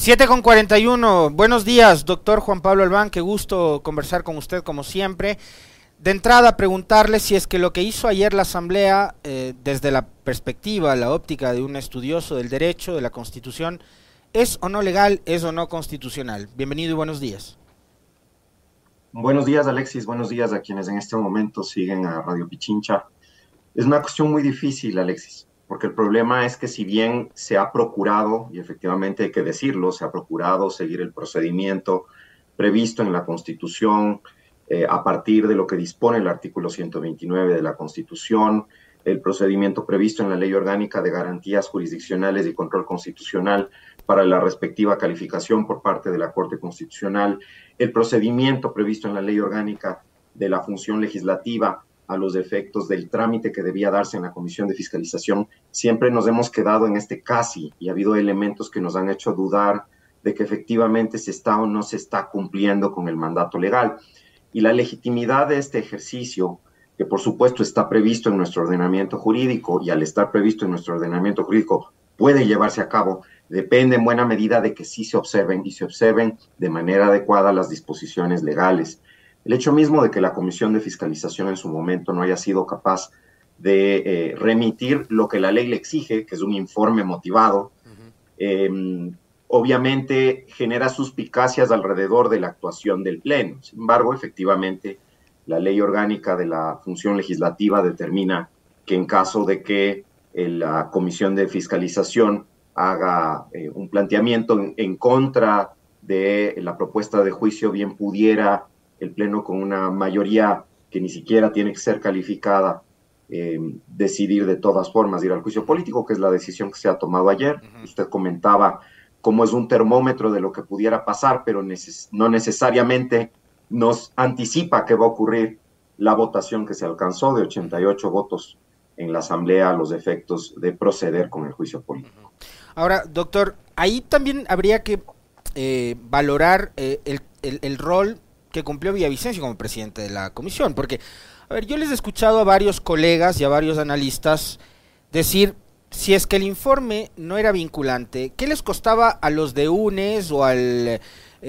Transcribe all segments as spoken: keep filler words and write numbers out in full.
siete con cuarenta y uno, buenos días, doctor Juan Pablo Albán, qué gusto conversar con usted como siempre. De entrada, preguntarle si es que lo que hizo ayer la Asamblea, eh, desde la perspectiva, la óptica de un estudioso del derecho, de la Constitución, ¿es o no legal, es o no constitucional? Bienvenido y buenos días. Buenos días, Alexis, buenos días a quienes en este momento siguen a Radio Pichincha. Es una cuestión muy difícil, Alexis, porque el problema es que si bien se ha procurado, y efectivamente hay que decirlo, se ha procurado seguir el procedimiento previsto en la Constitución, eh, a partir de lo que dispone el artículo ciento veintinueve de la Constitución, el procedimiento previsto en la Ley Orgánica de Garantías Jurisdiccionales y Control Constitucional para la respectiva calificación por parte de la Corte Constitucional, el procedimiento previsto en la Ley Orgánica de la Función Legislativa a los efectos del trámite que debía darse en la Comisión de Fiscalización. Siempre nos hemos quedado en este casi y ha habido elementos que nos han hecho dudar de que efectivamente se está o no se está cumpliendo con el mandato legal. Y la legitimidad de este ejercicio, que por supuesto está previsto en nuestro ordenamiento jurídico y al estar previsto en nuestro ordenamiento jurídico puede llevarse a cabo, depende en buena medida de que sí se observen y se observen de manera adecuada las disposiciones legales. El hecho mismo de que la Comisión de Fiscalización en su momento no haya sido capaz de eh, remitir lo que la ley le exige, que es un informe motivado, uh-huh. eh, obviamente genera suspicacias alrededor de la actuación del Pleno. Sin embargo, efectivamente, la Ley Orgánica de la Función Legislativa determina que en caso de que eh, la Comisión de Fiscalización haga eh, un planteamiento en, en contra de la propuesta de juicio, bien pudiera el Pleno con una mayoría que ni siquiera tiene que ser calificada, eh, decidir de todas formas ir al juicio político, que es la decisión que se ha tomado ayer. Uh-huh. Usted comentaba cómo es un termómetro de lo que pudiera pasar, pero neces- no necesariamente nos anticipa que va a ocurrir la votación que se alcanzó de ochenta y ocho votos en la Asamblea a los efectos de proceder con el juicio político. Ahora, doctor, ahí también habría que eh, valorar eh, el, el, el rol que cumplió Villavicencio como presidente de la comisión, porque, a ver, yo les he escuchado a varios colegas y a varios analistas decir, si es que el informe no era vinculante, ¿qué les costaba a los de U N E S o al...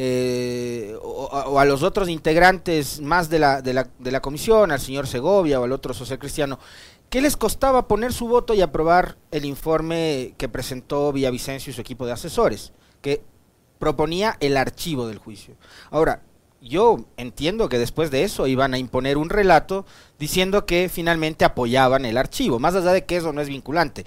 Eh, o, o a los otros integrantes más de la, de, la, de la comisión, al señor Segovia o al otro social cristiano, ¿qué les costaba poner su voto y aprobar el informe que presentó Villavicencio y su equipo de asesores, que proponía el archivo del juicio? Ahora, yo entiendo que después de eso iban a imponer un relato diciendo que finalmente apoyaban el archivo, más allá de que eso no es vinculante.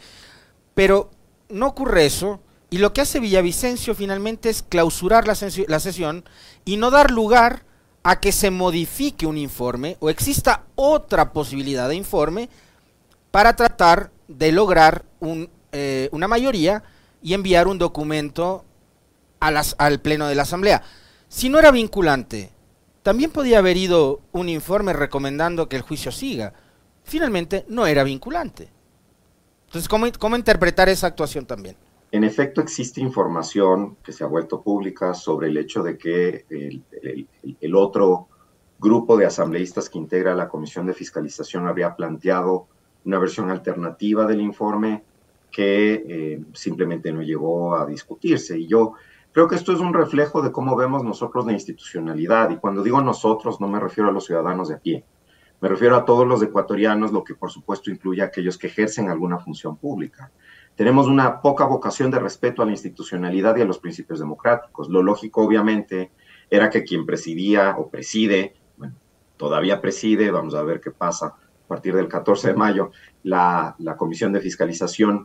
Pero no ocurre eso, y lo que hace Villavicencio finalmente es clausurar la, ses- la sesión y no dar lugar a que se modifique un informe o exista otra posibilidad de informe para tratar de lograr un, eh, una mayoría y enviar un documento a las, al Pleno de la Asamblea. Si no era vinculante, también podía haber ido un informe recomendando que el juicio siga. Finalmente no era vinculante. Entonces, ¿cómo, cómo interpretar esa actuación también? En efecto, existe información que se ha vuelto pública sobre el hecho de que el, el, el otro grupo de asambleístas que integra la Comisión de Fiscalización habría planteado una versión alternativa del informe que eh, simplemente no llegó a discutirse. Y yo creo que esto es un reflejo de cómo vemos nosotros la institucionalidad. Y cuando digo nosotros, no me refiero a los ciudadanos de a pie. Me refiero a todos los ecuatorianos, lo que por supuesto incluye a aquellos que ejercen alguna función pública. Tenemos una poca vocación de respeto a la institucionalidad y a los principios democráticos. Lo lógico, obviamente, era que quien presidía o preside, bueno, todavía preside, vamos a ver qué pasa a partir del catorce de mayo, la, la Comisión de Fiscalización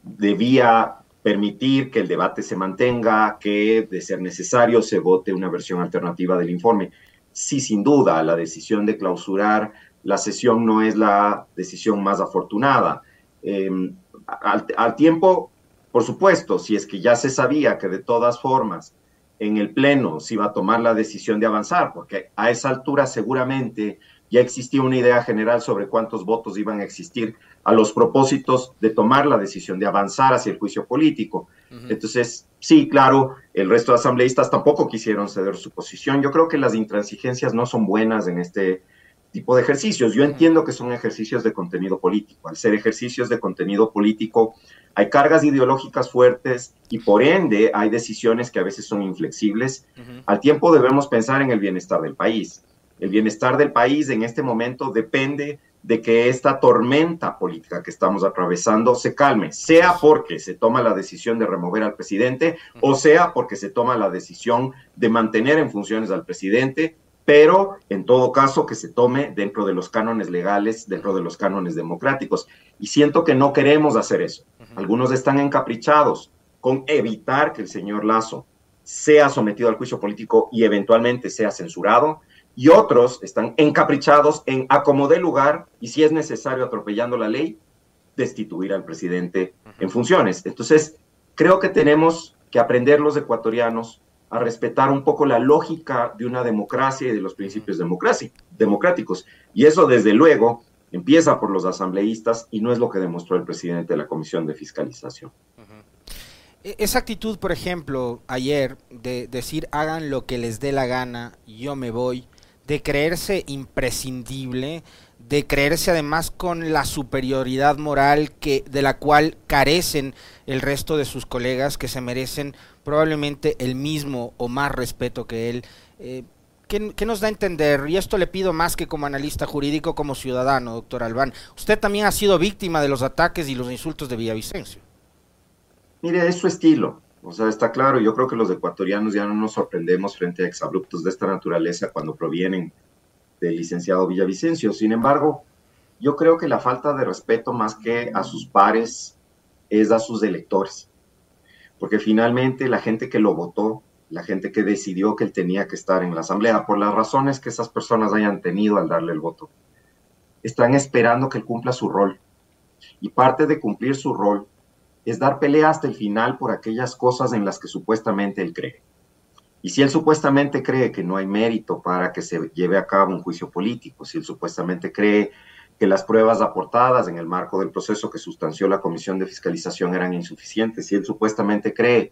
debía permitir que el debate se mantenga, que de ser necesario se vote una versión alternativa del informe. Sí, sin duda, la decisión de clausurar la sesión no es la decisión más afortunada. Eh, al, al tiempo, por supuesto, si es que ya se sabía que de todas formas en el Pleno se iba a tomar la decisión de avanzar, porque a esa altura seguramente ya existía una idea general sobre cuántos votos iban a existir a los propósitos de tomar la decisión de avanzar hacia el juicio político. Uh-huh. Entonces, sí, claro, el resto de asambleístas tampoco quisieron ceder su posición. Yo creo que las intransigencias no son buenas en este tipo de ejercicios. Yo entiendo que son ejercicios de contenido político. Al ser ejercicios de contenido político, hay cargas ideológicas fuertes y por ende hay decisiones que a veces son inflexibles. Uh-huh. Al tiempo debemos pensar en el bienestar del país. El bienestar del país en este momento depende de que esta tormenta política que estamos atravesando se calme, sea porque se toma la decisión de remover al presidente o sea porque se toma la decisión de mantener en funciones al presidente, pero en todo caso que se tome dentro de los cánones legales, dentro de los cánones democráticos. Y siento que no queremos hacer eso. Algunos están encaprichados con evitar que el señor Lasso sea sometido al juicio político y eventualmente sea censurado, y otros están encaprichados en acomodar lugar y, si es necesario, atropellando la ley, destituir al presidente en funciones. Entonces, creo que tenemos que aprender los ecuatorianos a respetar un poco la lógica de una democracia y de los principios democráticos. Y eso, desde luego, empieza por los asambleístas y no es lo que demostró el presidente de la Comisión de Fiscalización. Uh-huh. Esa actitud, por ejemplo, ayer, de decir hagan lo que les dé la gana, yo me voy, de creerse imprescindible, de creerse además con la superioridad moral que de la cual carecen el resto de sus colegas, que se merecen probablemente el mismo o más respeto que él. Eh, ¿qué, ¿Qué nos da a entender? Y esto le pido más que como analista jurídico, como ciudadano, doctor Albán. Usted también ha sido víctima de los ataques y los insultos de Villavicencio. Mire, es su estilo. O sea, está claro, yo creo que los ecuatorianos ya no nos sorprendemos frente a exabruptos de esta naturaleza cuando provienen del licenciado Villavicencio. Sin embargo, yo creo que la falta de respeto más que a sus pares es a sus electores. Porque finalmente la gente que lo votó, la gente que decidió que él tenía que estar en la asamblea, por las razones que esas personas hayan tenido al darle el voto, están esperando que él cumpla su rol. Y parte de cumplir su rol es dar pelea hasta el final por aquellas cosas en las que supuestamente él cree. Y si él supuestamente cree que no hay mérito para que se lleve a cabo un juicio político, si él supuestamente cree que las pruebas aportadas en el marco del proceso que sustanció la Comisión de Fiscalización eran insuficientes, si él supuestamente cree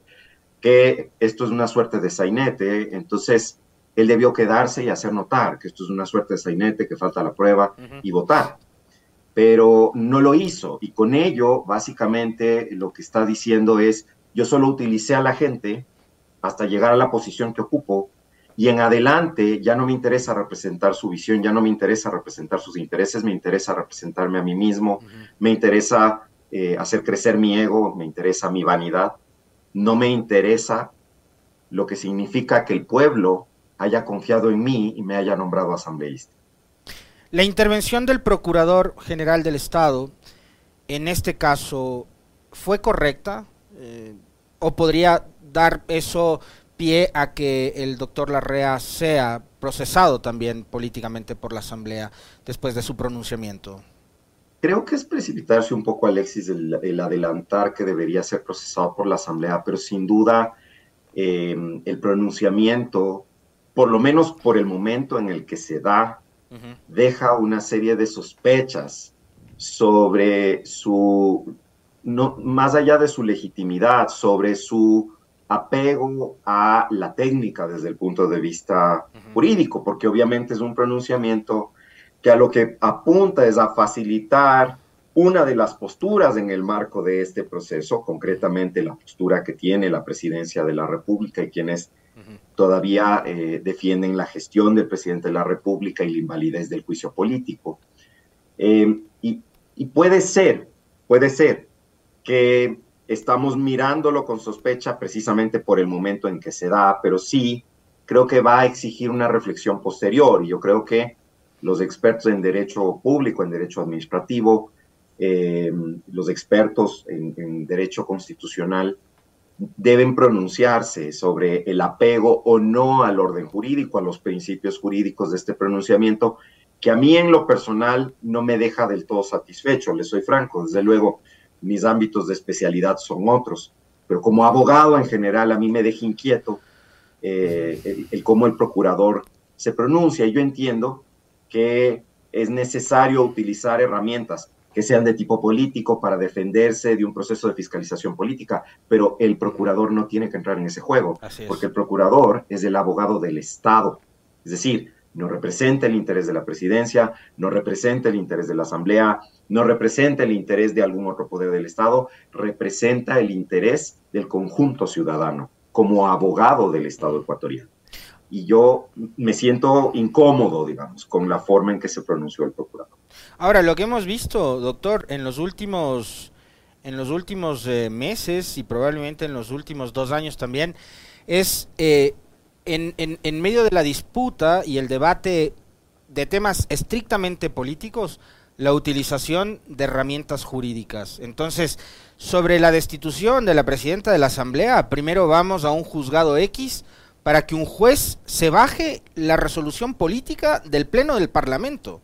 que esto es una suerte de sainete, entonces él debió quedarse y hacer notar que esto es una suerte de sainete, que falta la prueba, uh-huh. y votar. Pero no lo hizo, y con ello, básicamente, lo que está diciendo es, yo solo utilicé a la gente hasta llegar a la posición que ocupo, y en adelante ya no me interesa representar su visión, ya no me interesa representar sus intereses, me interesa representarme a mí mismo, uh-huh. me interesa eh, hacer crecer mi ego, me interesa mi vanidad, no me interesa lo que significa que el pueblo haya confiado en mí y me haya nombrado asambleísta. La intervención del Procurador General del Estado, en este caso, ¿fue correcta? Eh, ¿O podría dar eso pie a que el doctor Larrea sea procesado también políticamente por la Asamblea después de su pronunciamiento? Creo que es precipitarse un poco, Alexis, el, el adelantar que debería ser procesado por la Asamblea, pero sin duda eh, el pronunciamiento, por lo menos por el momento en el que se da, Uh-huh. deja una serie de sospechas sobre su, no, más allá de su legitimidad, sobre su apego a la técnica desde el punto de vista uh-huh. jurídico, porque obviamente es un pronunciamiento que a lo que apunta es a facilitar una de las posturas en el marco de este proceso, concretamente la postura que tiene la Presidencia de la República y quienes todavía eh, defienden la gestión del presidente de la República y la invalidez del juicio político. Eh, y, y puede ser, puede ser que estamos mirándolo con sospecha precisamente por el momento en que se da, pero sí creo que va a exigir una reflexión posterior, y yo creo que los expertos en derecho público, en derecho administrativo, eh, los expertos en, en derecho constitucional, deben pronunciarse sobre el apego o no al orden jurídico, a los principios jurídicos de este pronunciamiento, que a mí en lo personal no me deja del todo satisfecho, les soy franco, desde luego mis ámbitos de especialidad son otros, pero como abogado en general a mí me deja inquieto eh, el, el cómo el procurador se pronuncia, y yo entiendo que es necesario utilizar herramientas que sean de tipo político para defenderse de un proceso de fiscalización política, pero el procurador no tiene que entrar en ese juego, porque el procurador es el abogado del Estado. Es decir, no representa el interés de la presidencia, no representa el interés de la Asamblea, no representa el interés de algún otro poder del Estado, representa el interés del conjunto ciudadano, como abogado del Estado ecuatoriano. Y yo me siento incómodo, digamos, con la forma en que se pronunció el procurador. Ahora, lo que hemos visto, doctor, en los últimos, en los últimos eh, meses y probablemente en los últimos dos años también, es eh, en, en, en medio de la disputa y el debate de temas estrictamente políticos, la utilización de herramientas jurídicas. Entonces, sobre la destitución de la presidenta de la Asamblea, primero vamos a un juzgado X para que un juez se baje la resolución política del Pleno del Parlamento.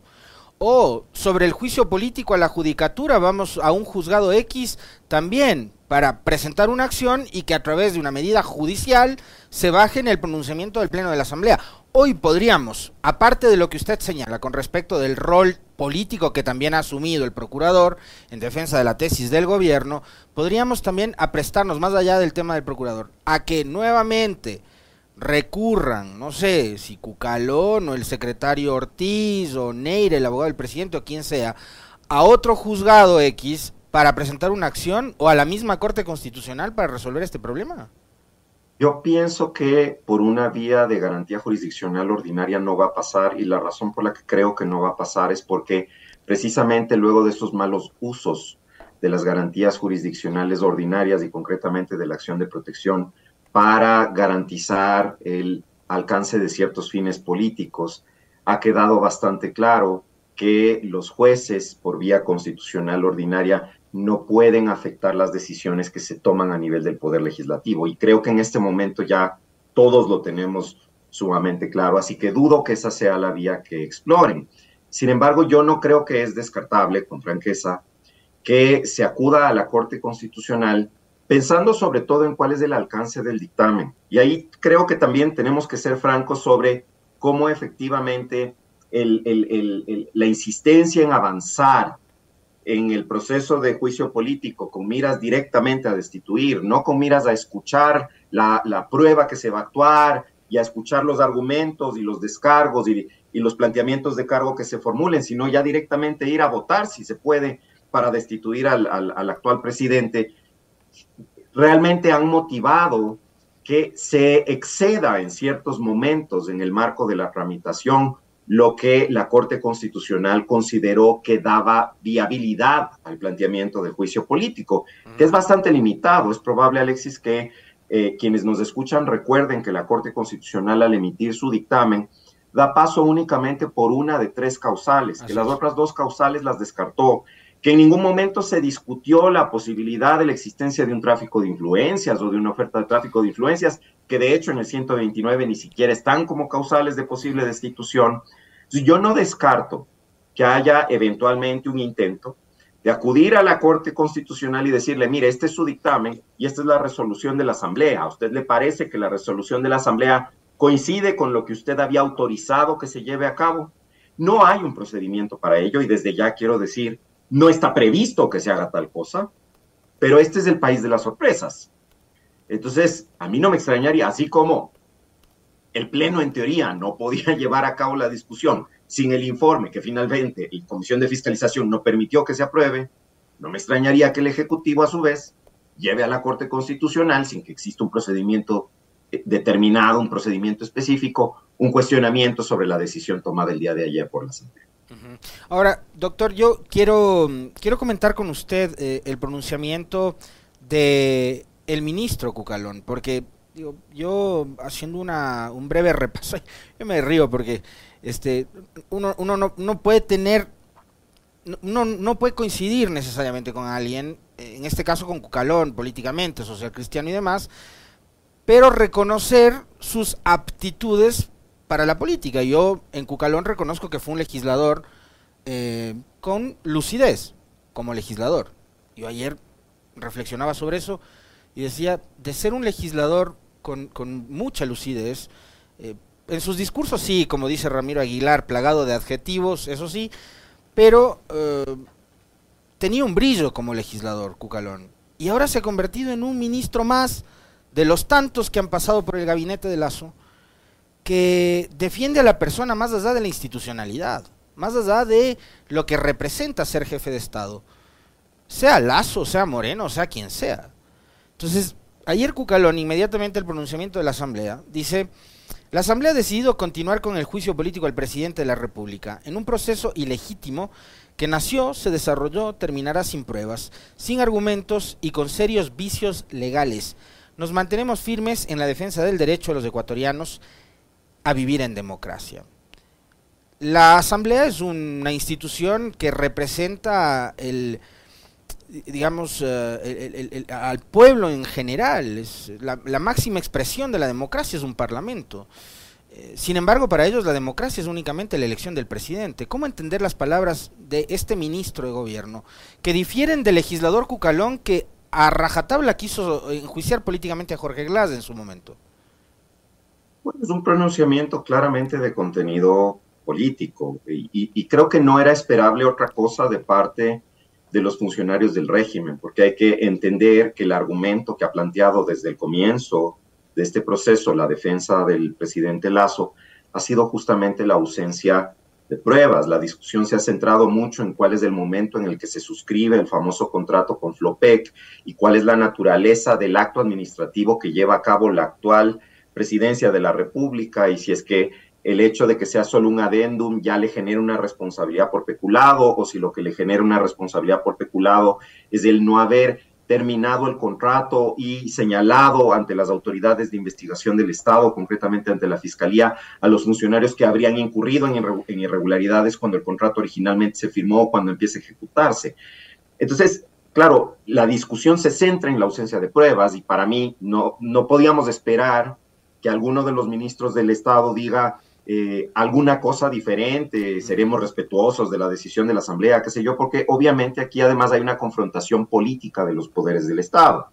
O sobre el juicio político a la judicatura, vamos a un juzgado X también para presentar una acción y que a través de una medida judicial se baje en el pronunciamiento del Pleno de la Asamblea. Hoy podríamos, aparte de lo que usted señala con respecto del rol político que también ha asumido el procurador en defensa de la tesis del gobierno, podríamos también aprestarnos, más allá del tema del procurador, a que nuevamente recurran, no sé, si Cucalón o el secretario Ortiz o Neire, el abogado del presidente o quien sea, a otro juzgado X para presentar una acción o a la misma Corte Constitucional para resolver este problema. Yo pienso que por una vía de garantía jurisdiccional ordinaria no va a pasar, y la razón por la que creo que no va a pasar es porque precisamente luego de estos malos usos de las garantías jurisdiccionales ordinarias y concretamente de la acción de protección para garantizar el alcance de ciertos fines políticos, ha quedado bastante claro que los jueces por vía constitucional ordinaria no pueden afectar las decisiones que se toman a nivel del Poder Legislativo. Y creo que en este momento ya todos lo tenemos sumamente claro, así que dudo que esa sea la vía que exploren. Sin embargo, yo no creo que es descartable, con franqueza, que se acuda a la Corte Constitucional pensando sobre todo en cuál es el alcance del dictamen. Y ahí creo que también tenemos que ser francos sobre cómo efectivamente el, el, el, el, la insistencia en avanzar en el proceso de juicio político con miras directamente a destituir, no con miras a escuchar la, la prueba que se va a actuar y a escuchar los argumentos y los descargos y, y los planteamientos de cargo que se formulen, sino ya directamente ir a votar, si se puede, para destituir al, al, al actual presidente, realmente han motivado que se exceda en ciertos momentos en el marco de la tramitación lo que la Corte Constitucional consideró que daba viabilidad al planteamiento del juicio político, que es bastante limitado. Es probable, Alexis, que eh, quienes nos escuchan recuerden que la Corte Constitucional, al emitir su dictamen, da paso únicamente por una de tres causales, que las otras dos causales las descartó, que en ningún momento se discutió la posibilidad de la existencia de un tráfico de influencias o de una oferta de tráfico de influencias, que de hecho en el ciento veintinueve ni siquiera están como causales de posible destitución. Yo no descarto que haya eventualmente un intento de acudir a la Corte Constitucional y decirle, mire, este es su dictamen y esta es la resolución de la Asamblea. ¿A usted le parece que la resolución de la Asamblea coincide con lo que usted había autorizado que se lleve a cabo? No hay un procedimiento para ello y desde ya quiero decir, no está previsto que se haga tal cosa, pero este es el país de las sorpresas. Entonces, a mí no me extrañaría, así como el Pleno en teoría no podía llevar a cabo la discusión sin el informe que finalmente la Comisión de Fiscalización no permitió que se apruebe, no me extrañaría que el Ejecutivo a su vez lleve a la Corte Constitucional sin que exista un procedimiento determinado, un procedimiento específico, un cuestionamiento sobre la decisión tomada el día de ayer por la Asamblea. Ahora, doctor, yo quiero, quiero comentar con usted eh, el pronunciamiento de el ministro Cucalón, porque digo, yo haciendo una, un breve repaso, yo me río porque este uno, uno no, no puede tener, no, no puede coincidir necesariamente con alguien, en este caso con Cucalón, políticamente, social cristiano y demás, pero reconocer sus aptitudes para la política. Yo en Cucalón reconozco que fue un legislador eh, con lucidez como legislador. Yo ayer reflexionaba sobre eso y decía, de ser un legislador con, con mucha lucidez, eh, en sus discursos sí, como dice Ramiro Aguilar, plagado de adjetivos, eso sí, pero eh, tenía un brillo como legislador Cucalón. Y ahora se ha convertido en un ministro más de los tantos que han pasado por el gabinete de Lasso, que defiende a la persona más allá de la institucionalidad, más allá de lo que representa ser jefe de Estado, sea Lasso, sea Moreno, sea quien sea. Entonces, ayer Cucalón, inmediatamente al pronunciamiento de la Asamblea, dice: la Asamblea ha decidido continuar con el juicio político al presidente de la República, en un proceso ilegítimo que nació, se desarrolló, terminará sin pruebas, sin argumentos y con serios vicios legales. Nos mantenemos firmes en la defensa del derecho de los ecuatorianos a vivir en democracia. La Asamblea es una institución que representa el, digamos, uh, el, el, el, al pueblo en general. Es la, la máxima expresión de la democracia es un parlamento. Eh, sin embargo, para ellos la democracia es únicamente la elección del presidente. ¿Cómo entender las palabras de este ministro de gobierno, que difieren del legislador Cucalón, que a rajatabla quiso enjuiciar políticamente a Jorge Glass en su momento? Bueno, es un pronunciamiento claramente de contenido político y, y, y creo que no era esperable otra cosa de parte de los funcionarios del régimen, porque hay que entender que el argumento que ha planteado desde el comienzo de este proceso la defensa del presidente Lasso ha sido justamente la ausencia de pruebas. La discusión se ha centrado mucho en cuál es el momento en el que se suscribe el famoso contrato con Flopec y cuál es la naturaleza del acto administrativo que lleva a cabo la actual presidencia de la República, y si es que el hecho de que sea solo un adendum ya le genera una responsabilidad por peculado, o si lo que le genera una responsabilidad por peculado es el no haber terminado el contrato y señalado ante las autoridades de investigación del Estado, concretamente ante la Fiscalía, a los funcionarios que habrían incurrido en, irre- en irregularidades cuando el contrato originalmente se firmó o cuando empieza a ejecutarse. Entonces, claro, la discusión se centra en la ausencia de pruebas y para mí no, no podíamos esperar que alguno de los ministros del Estado diga eh, alguna cosa diferente, seremos respetuosos de la decisión de la Asamblea, qué sé yo, porque obviamente aquí además hay una confrontación política de los poderes del Estado.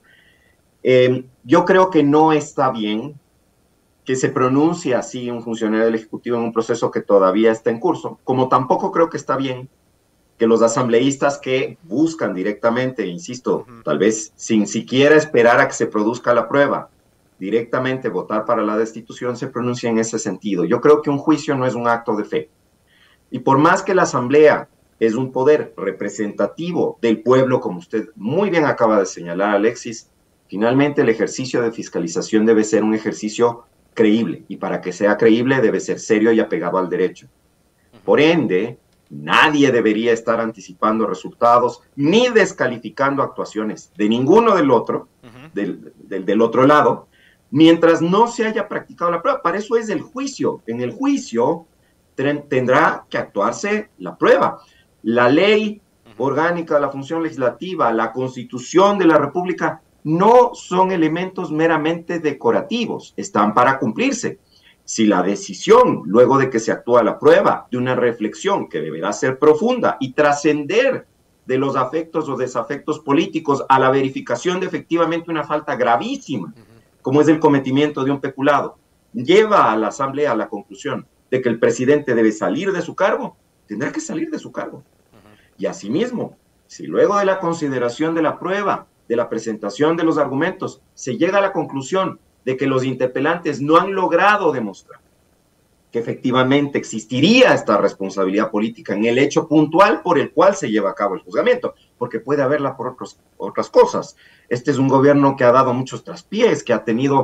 Eh, yo creo que no está bien que se pronuncie así un funcionario del Ejecutivo en un proceso que todavía está en curso, como tampoco creo que está bien que los asambleístas que buscan directamente, insisto, tal vez sin siquiera esperar a que se produzca la prueba, directamente votar para la destitución, se pronuncia en ese sentido. Yo creo que un juicio no es un acto de fe. Y por más que la Asamblea es un poder representativo del pueblo, como usted muy bien acaba de señalar, Alexis, finalmente el ejercicio de fiscalización debe ser un ejercicio creíble, y para que sea creíble debe ser serio y apegado al derecho. Por ende, nadie debería estar anticipando resultados ni descalificando actuaciones de ninguno del otro, uh-huh. del, del, del otro lado, mientras no se haya practicado la prueba. Para eso es el juicio. En el juicio tendrá que actuarse la prueba. La ley orgánica de la función legislativa, la Constitución de la República, no son elementos meramente decorativos, están para cumplirse. Si la decisión, luego de que se actúa la prueba, de una reflexión que deberá ser profunda y trascender de los afectos o desafectos políticos a la verificación de efectivamente una falta gravísima, como es el cometimiento de un peculado, lleva a la Asamblea a la conclusión de que el presidente debe salir de su cargo, tendrá que salir de su cargo. Uh-huh. Y asimismo, si luego de la consideración de la prueba, de la presentación de los argumentos, se llega a la conclusión de que los interpelantes no han logrado demostrar que efectivamente existiría esta responsabilidad política en el hecho puntual por el cual se lleva a cabo el juzgamiento, porque puede haberla por otros, otras cosas. Este es un gobierno que ha dado muchos traspiés, que ha tenido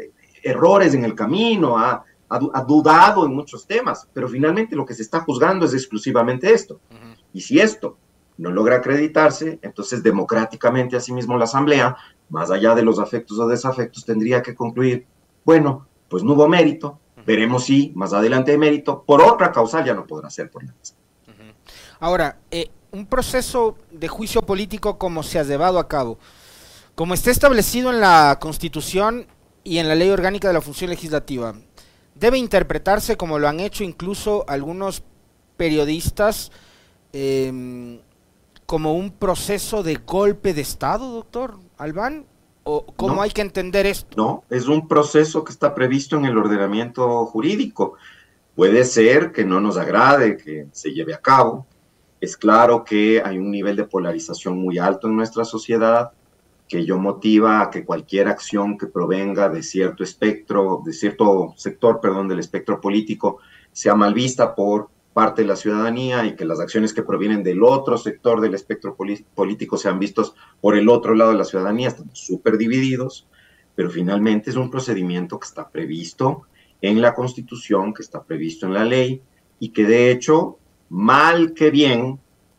errores en el camino, ha, ha, ha dudado en muchos temas, pero finalmente lo que se está juzgando es exclusivamente esto. Uh-huh. Y si esto no logra acreditarse, entonces democráticamente asimismo la Asamblea, más allá de los afectos o desafectos, tendría que concluir, bueno, pues no hubo mérito, veremos si más adelante hay mérito, por otra causal ya no podrá ser por la misma. Uh-huh. Ahora, eh, un proceso de juicio político como se ha llevado a cabo, como está establecido en la Constitución y en la Ley Orgánica de la Función Legislativa, debe interpretarse como lo han hecho incluso algunos periodistas, eh, como un proceso de golpe de Estado, doctor Albán, ¿o cómo no, hay que entender esto? No, es un proceso que está previsto en el ordenamiento jurídico. Puede ser que no nos agrade que se lleve a cabo. Es claro que hay un nivel de polarización muy alto en nuestra sociedad, que ello motiva a que cualquier acción que provenga de cierto espectro, de cierto sector, perdón, del espectro político, sea mal vista por parte de la ciudadanía y que las acciones que provienen del otro sector del espectro político sean vistos por el otro lado de la ciudadanía. Estamos súper divididos, pero finalmente es un procedimiento que está previsto en la Constitución, que está previsto en la ley y que de hecho, mal que bien,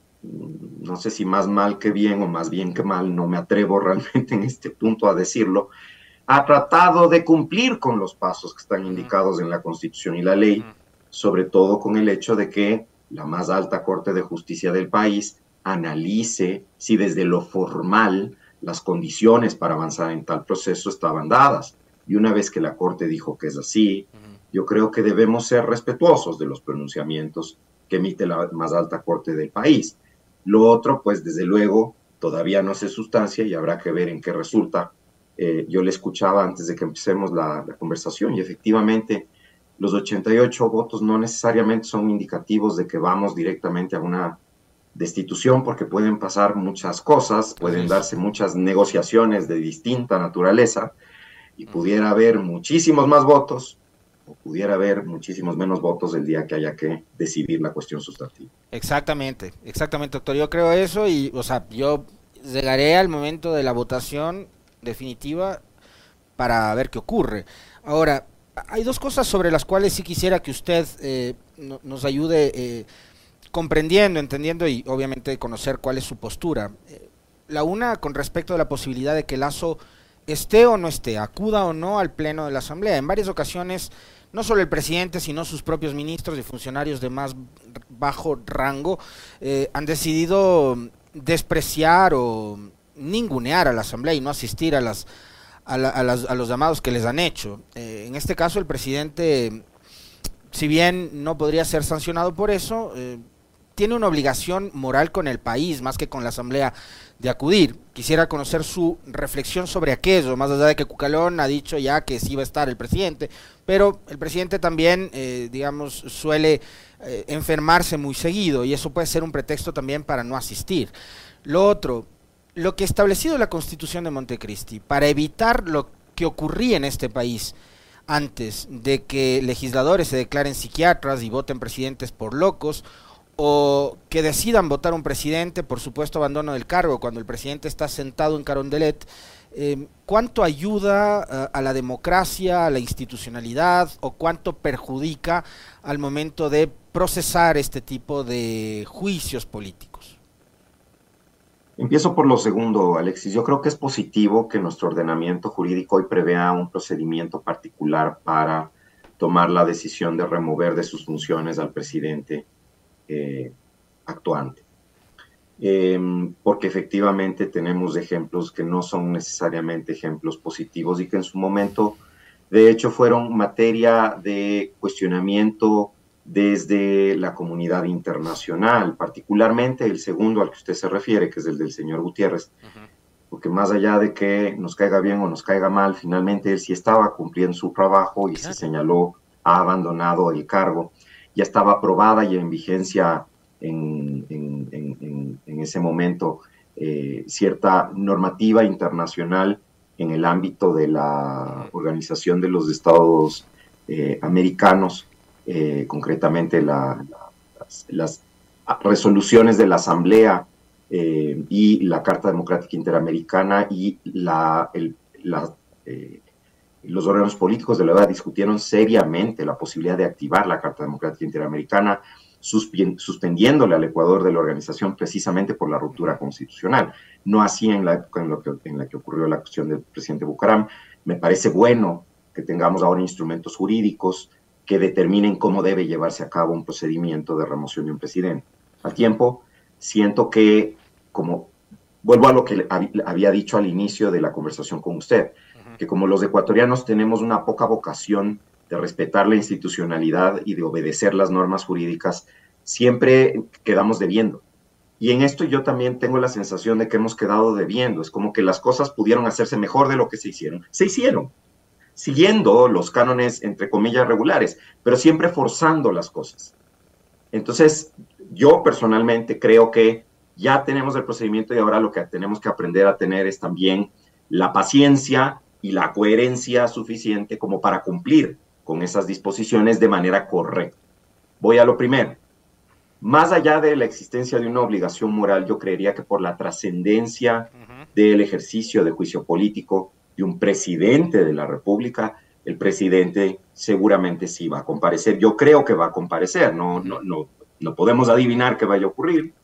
no sé si más mal que bien o más bien que mal, no me atrevo realmente en este punto a decirlo, ha tratado de cumplir con los pasos que están indicados en la Constitución y la ley, sobre todo con el hecho de que la más alta Corte de Justicia del país analice si desde lo formal las condiciones para avanzar en tal proceso estaban dadas. Y una vez que la Corte dijo que es así, yo creo que debemos ser respetuosos de los pronunciamientos que emite la más alta Corte del país. Lo otro, pues desde luego, todavía no se sustancia y habrá que ver en qué resulta. Eh, yo le escuchaba antes de que empecemos la, la conversación y efectivamente los ochenta y ocho votos no necesariamente son indicativos de que vamos directamente a una destitución, porque pueden pasar muchas cosas, pueden darse muchas negociaciones de distinta naturaleza y pudiera haber muchísimos más votos o pudiera haber muchísimos menos votos el día que haya que decidir la cuestión sustantiva. Exactamente, exactamente, doctor. Yo creo eso y, o sea, yo llegaré al momento de la votación definitiva para ver qué ocurre. Ahora, hay dos cosas sobre las cuales sí quisiera que usted eh, no, nos ayude eh, comprendiendo, entendiendo y obviamente conocer cuál es su postura. Eh, la una con respecto a la posibilidad de que Lasso esté o no esté, acuda o no al pleno de la Asamblea. En varias ocasiones, no solo el presidente, sino sus propios ministros y funcionarios de más bajo rango eh, han decidido despreciar o ningunear a la Asamblea y no asistir a las a, la, a, las, a los llamados que les han hecho. Eh, en este caso, el presidente, si bien no podría ser sancionado por eso, eh, tiene una obligación moral con el país, más que con la Asamblea, de acudir. Quisiera conocer su reflexión sobre aquello, más allá de que Cucalón ha dicho ya que sí va a estar el presidente, pero el presidente también, eh, digamos, suele eh, enfermarse muy seguido, y eso puede ser un pretexto también para no asistir. Lo otro, lo que ha establecido la Constitución de Montecristi, para evitar lo que ocurría en este país antes de que legisladores se declaren psiquiatras y voten presidentes por locos, o que decidan votar un presidente por supuesto abandono del cargo cuando el presidente está sentado en Carondelet, eh, ¿cuánto ayuda a, a la democracia, a la institucionalidad, o cuánto perjudica al momento de procesar este tipo de juicios políticos? Empiezo por lo segundo, Alexis. Yo creo que es positivo que nuestro ordenamiento jurídico hoy prevea un procedimiento particular para tomar la decisión de remover de sus funciones al presidente Eh, actuante, eh, porque efectivamente tenemos ejemplos que no son necesariamente ejemplos positivos y que en su momento de hecho fueron materia de cuestionamiento desde la comunidad internacional, particularmente el segundo al que usted se refiere, que es el del señor Gutiérrez, uh-huh. Porque más allá de que nos caiga bien o nos caiga mal, finalmente él sí estaba cumpliendo su trabajo y claro. Se señaló, ha abandonado el cargo. Ya estaba aprobada y en vigencia en, en, en, en ese momento eh, cierta normativa internacional en el ámbito de la Organización de los Estados eh, Americanos, eh, concretamente la, la, las, las resoluciones de la Asamblea eh, y la Carta Democrática Interamericana y la, el, la eh, los órganos políticos de la O E A discutieron seriamente la posibilidad de activar la Carta Democrática Interamericana, suspendiéndole al Ecuador de la organización precisamente por la ruptura constitucional. No así en la época en, lo que, en la que ocurrió la cuestión del presidente Bucaram. Me parece bueno que tengamos ahora instrumentos jurídicos que determinen cómo debe llevarse a cabo un procedimiento de remoción de un presidente. Al tiempo, siento que, como vuelvo a lo que había dicho al inicio de la conversación con usted, que como los ecuatorianos tenemos una poca vocación de respetar la institucionalidad y de obedecer las normas jurídicas, siempre quedamos debiendo. Y en esto yo también tengo la sensación de que hemos quedado debiendo. Es como que las cosas pudieron hacerse mejor de lo que se hicieron. Se hicieron, siguiendo los cánones, entre comillas, regulares, pero siempre forzando las cosas. Entonces, yo personalmente creo que ya tenemos el procedimiento y ahora lo que tenemos que aprender a tener es también la paciencia y la coherencia suficiente como para cumplir con esas disposiciones de manera correcta. Voy a lo primero. Más allá de la existencia de una obligación moral, yo creería que por la trascendencia uh-huh. del ejercicio de juicio político de un presidente de la República, el presidente seguramente sí va a comparecer. Yo creo que va a comparecer, no, no, no, no podemos adivinar qué vaya a ocurrir,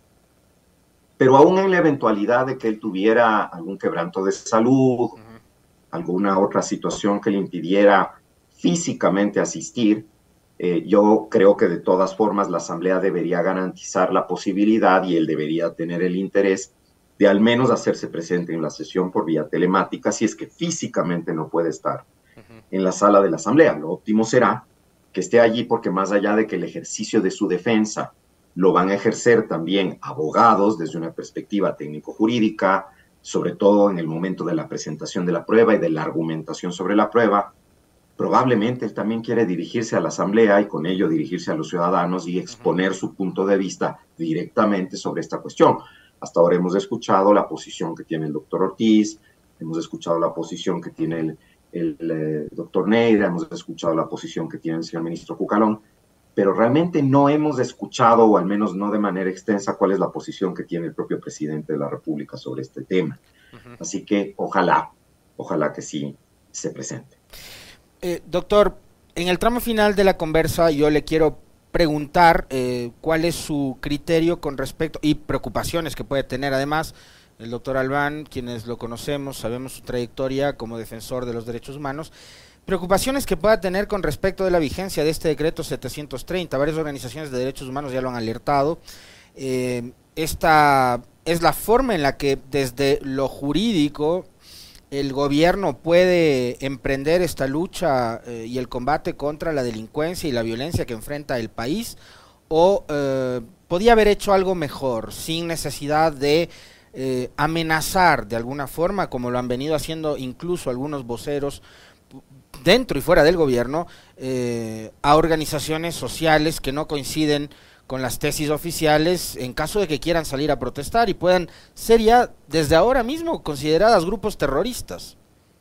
pero aún en la eventualidad de que él tuviera algún quebranto de salud, uh-huh. alguna otra situación que le impidiera físicamente asistir, Eh, yo creo que de todas formas la Asamblea debería garantizar la posibilidad y él debería tener el interés de al menos hacerse presente en la sesión por vía telemática si es que físicamente no puede estar uh-huh. en la sala de la Asamblea. Lo óptimo será que esté allí porque más allá de que el ejercicio de su defensa lo van a ejercer también abogados desde una perspectiva técnico-jurídica, sobre todo en el momento de la presentación de la prueba y de la argumentación sobre la prueba, probablemente él también quiere dirigirse a la Asamblea y con ello dirigirse a los ciudadanos y exponer su punto de vista directamente sobre esta cuestión. Hasta ahora hemos escuchado la posición que tiene el doctor Ortiz, hemos escuchado la posición que tiene el, el, el doctor Neira, hemos escuchado la posición que tiene el señor ministro Cucalón, pero realmente no hemos escuchado, o al menos no de manera extensa, cuál es la posición que tiene el propio presidente de la República sobre este tema. Uh-huh. Así que ojalá, ojalá que sí se presente. Eh, doctor, en el tramo final de la conversa yo le quiero preguntar eh, cuál es su criterio con respecto, y preocupaciones que puede tener además, el doctor Albán, quienes lo conocemos, sabemos su trayectoria como defensor de los derechos humanos, preocupaciones que pueda tener con respecto de la vigencia de este decreto setecientos treinta, varias organizaciones de derechos humanos ya lo han alertado, eh, esta es la forma en la que desde lo jurídico el gobierno puede emprender esta lucha eh, y el combate contra la delincuencia y la violencia que enfrenta el país, o eh, podía haber hecho algo mejor, sin necesidad de eh, amenazar de alguna forma, como lo han venido haciendo incluso algunos voceros dentro y fuera del gobierno, eh, a organizaciones sociales que no coinciden con las tesis oficiales en caso de que quieran salir a protestar y puedan ser ya desde ahora mismo consideradas grupos terroristas.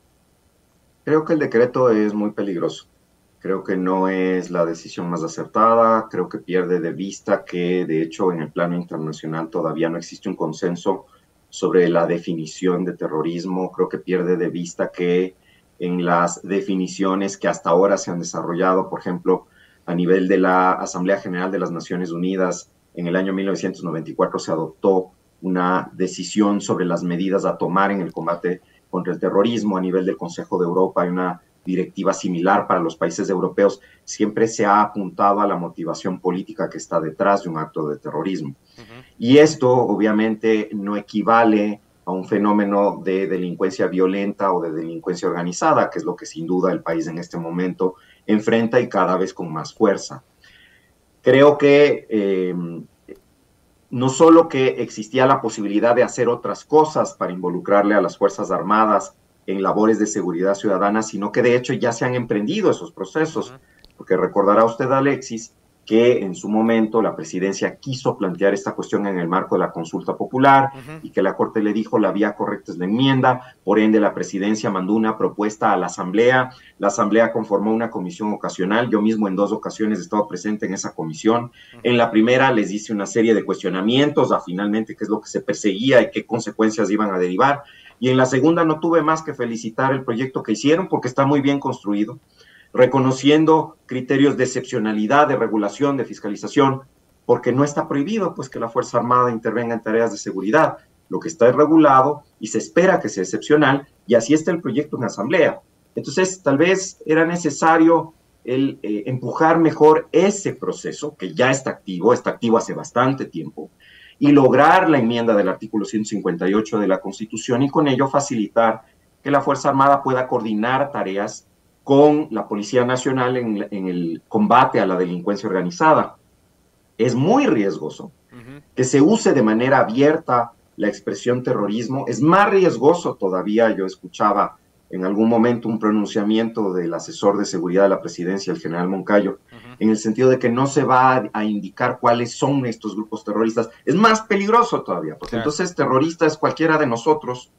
Creo que el decreto es muy peligroso. Creo que no es la decisión más acertada. Creo que pierde de vista que, de hecho, en el plano internacional todavía no existe un consenso sobre la definición de terrorismo. Creo que pierde de vista que en las definiciones que hasta ahora se han desarrollado, por ejemplo, a nivel de la Asamblea General de las Naciones Unidas, en el año mil novecientos noventa y cuatro se adoptó una decisión sobre las medidas a tomar en el combate contra el terrorismo. A nivel del Consejo de Europa hay una directiva similar para los países europeos. Siempre se ha apuntado a la motivación política que está detrás de un acto de terrorismo. Uh-huh. Y esto obviamente no equivale a un fenómeno de delincuencia violenta o de delincuencia organizada, que es lo que sin duda el país en este momento enfrenta y cada vez con más fuerza. Creo que eh, no solo que existía la posibilidad de hacer otras cosas para involucrarle a las Fuerzas Armadas en labores de seguridad ciudadana, sino que de hecho ya se han emprendido esos procesos, porque recordará usted, Alexis, que en su momento la presidencia quiso plantear esta cuestión en el marco de la consulta popular uh-huh. y que la Corte le dijo la vía correcta es la enmienda, por ende la presidencia mandó una propuesta a la Asamblea, la Asamblea conformó una comisión ocasional, yo mismo en dos ocasiones he estado presente en esa comisión, uh-huh. en la primera les hice una serie de cuestionamientos a finalmente qué es lo que se perseguía y qué consecuencias iban a derivar, y en la segunda no tuve más que felicitar el proyecto que hicieron porque está muy bien construido, reconociendo criterios de excepcionalidad, de regulación, de fiscalización, porque no está prohibido pues que la Fuerza Armada intervenga en tareas de seguridad. Lo que está es regulado y se espera que sea excepcional, y así está el proyecto en asamblea. Entonces, tal vez era necesario el eh, empujar mejor ese proceso, que ya está activo, está activo hace bastante tiempo, y lograr la enmienda del artículo ciento cincuenta y ocho de la Constitución, y con ello facilitar que la Fuerza Armada pueda coordinar tareas con la Policía Nacional en, en el combate a la delincuencia organizada. Es muy riesgoso uh-huh. que se use de manera abierta la expresión terrorismo. Es más riesgoso todavía, yo escuchaba en algún momento un pronunciamiento del asesor de seguridad de la presidencia, el general Moncayo, uh-huh. en el sentido de que no se va a, a indicar cuáles son estos grupos terroristas. Es más peligroso todavía, porque claro. entonces terrorista es cualquiera de nosotros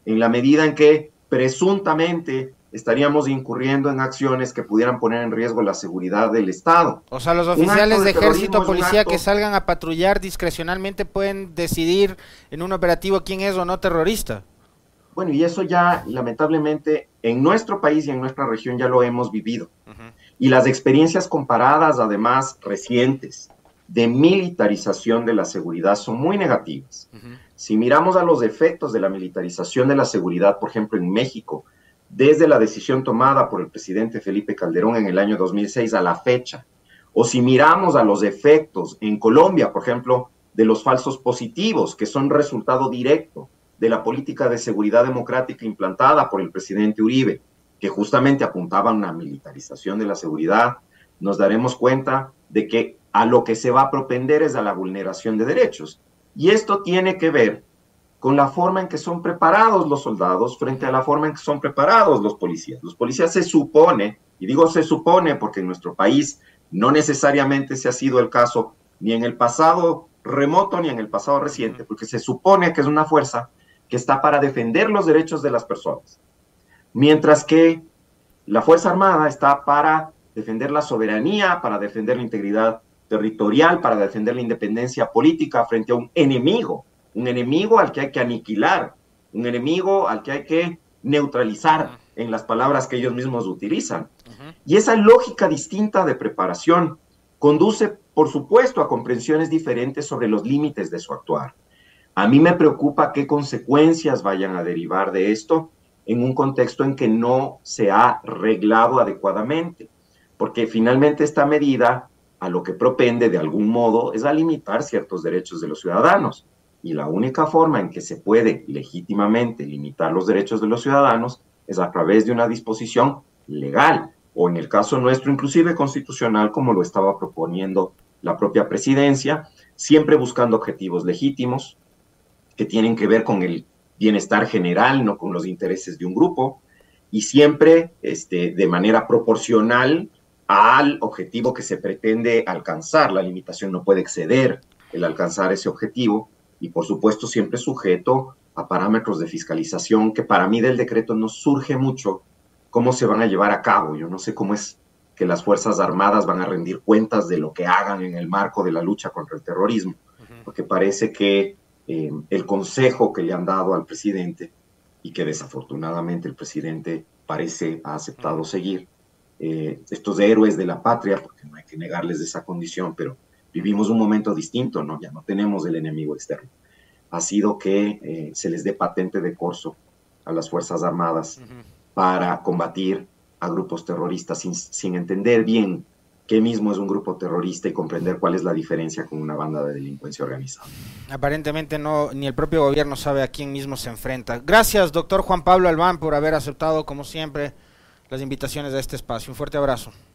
en la medida en que presuntamente estaríamos incurriendo en acciones que pudieran poner en riesgo la seguridad del Estado. O sea, los oficiales de, de ejército o policía que salgan a patrullar discrecionalmente pueden decidir en un operativo quién es o no terrorista. Bueno, y eso ya lamentablemente en nuestro país y en nuestra región ya lo hemos vivido. Uh-huh. Y las experiencias comparadas, además recientes, de militarización de la seguridad son muy negativas. Uh-huh. Si miramos a los efectos de la militarización de la seguridad, por ejemplo, en México, desde la decisión tomada por el presidente Felipe Calderón en el año dos mil seis a la fecha, o si miramos a los efectos en Colombia, por ejemplo, de los falsos positivos, que son resultado directo de la política de seguridad democrática implantada por el presidente Uribe, que justamente apuntaba a una militarización de la seguridad, nos daremos cuenta de que a lo que se va a propender es a la vulneración de derechos. Y esto tiene que ver con la forma en que son preparados los soldados frente a la forma en que son preparados los policías. Los policías se supone, y digo se supone porque en nuestro país no necesariamente se ha sido el caso ni en el pasado remoto ni en el pasado reciente, porque se supone que es una fuerza que está para defender los derechos de las personas, mientras que la Fuerza Armada está para defender la soberanía, para defender la integridad territorial, para defender la independencia política frente a un enemigo, un enemigo al que hay que aniquilar, un enemigo al que hay que neutralizar, en las palabras que ellos mismos utilizan. Uh-huh. Y esa lógica distinta de preparación conduce, por supuesto, a comprensiones diferentes sobre los límites de su actuar. A mí me preocupa qué consecuencias vayan a derivar de esto en un contexto en que no se ha reglado adecuadamente, porque finalmente esta medida a lo que propende de algún modo es a limitar ciertos derechos de los ciudadanos, y la única forma en que se puede legítimamente limitar los derechos de los ciudadanos es a través de una disposición legal, o en el caso nuestro inclusive constitucional, como lo estaba proponiendo la propia presidencia, siempre buscando objetivos legítimos, que tienen que ver con el bienestar general, no con los intereses de un grupo, y siempre este, de manera proporcional al objetivo que se pretende alcanzar. La limitación no puede exceder el alcanzar ese objetivo, y por supuesto siempre sujeto a parámetros de fiscalización, que para mí del decreto no surge mucho cómo se van a llevar a cabo. Yo no sé cómo es que las Fuerzas Armadas van a rendir cuentas de lo que hagan en el marco de la lucha contra el terrorismo, uh-huh. porque parece que Eh, el consejo que le han dado al presidente, y que desafortunadamente el presidente parece ha aceptado seguir, eh, estos héroes de la patria, porque no hay que negarles esa condición, pero vivimos un momento distinto, ¿no? Ya no tenemos el enemigo externo. Ha sido que eh, se les dé patente de corso a las Fuerzas Armadas uh-huh. para combatir a grupos terroristas sin, sin entender bien qué mismo es un grupo terrorista y comprender cuál es la diferencia con una banda de delincuencia organizada. Aparentemente no, ni el propio gobierno sabe a quién mismo se enfrenta. Gracias, doctor Juan Pablo Albán, por haber aceptado, como siempre, las invitaciones a este espacio. Un fuerte abrazo.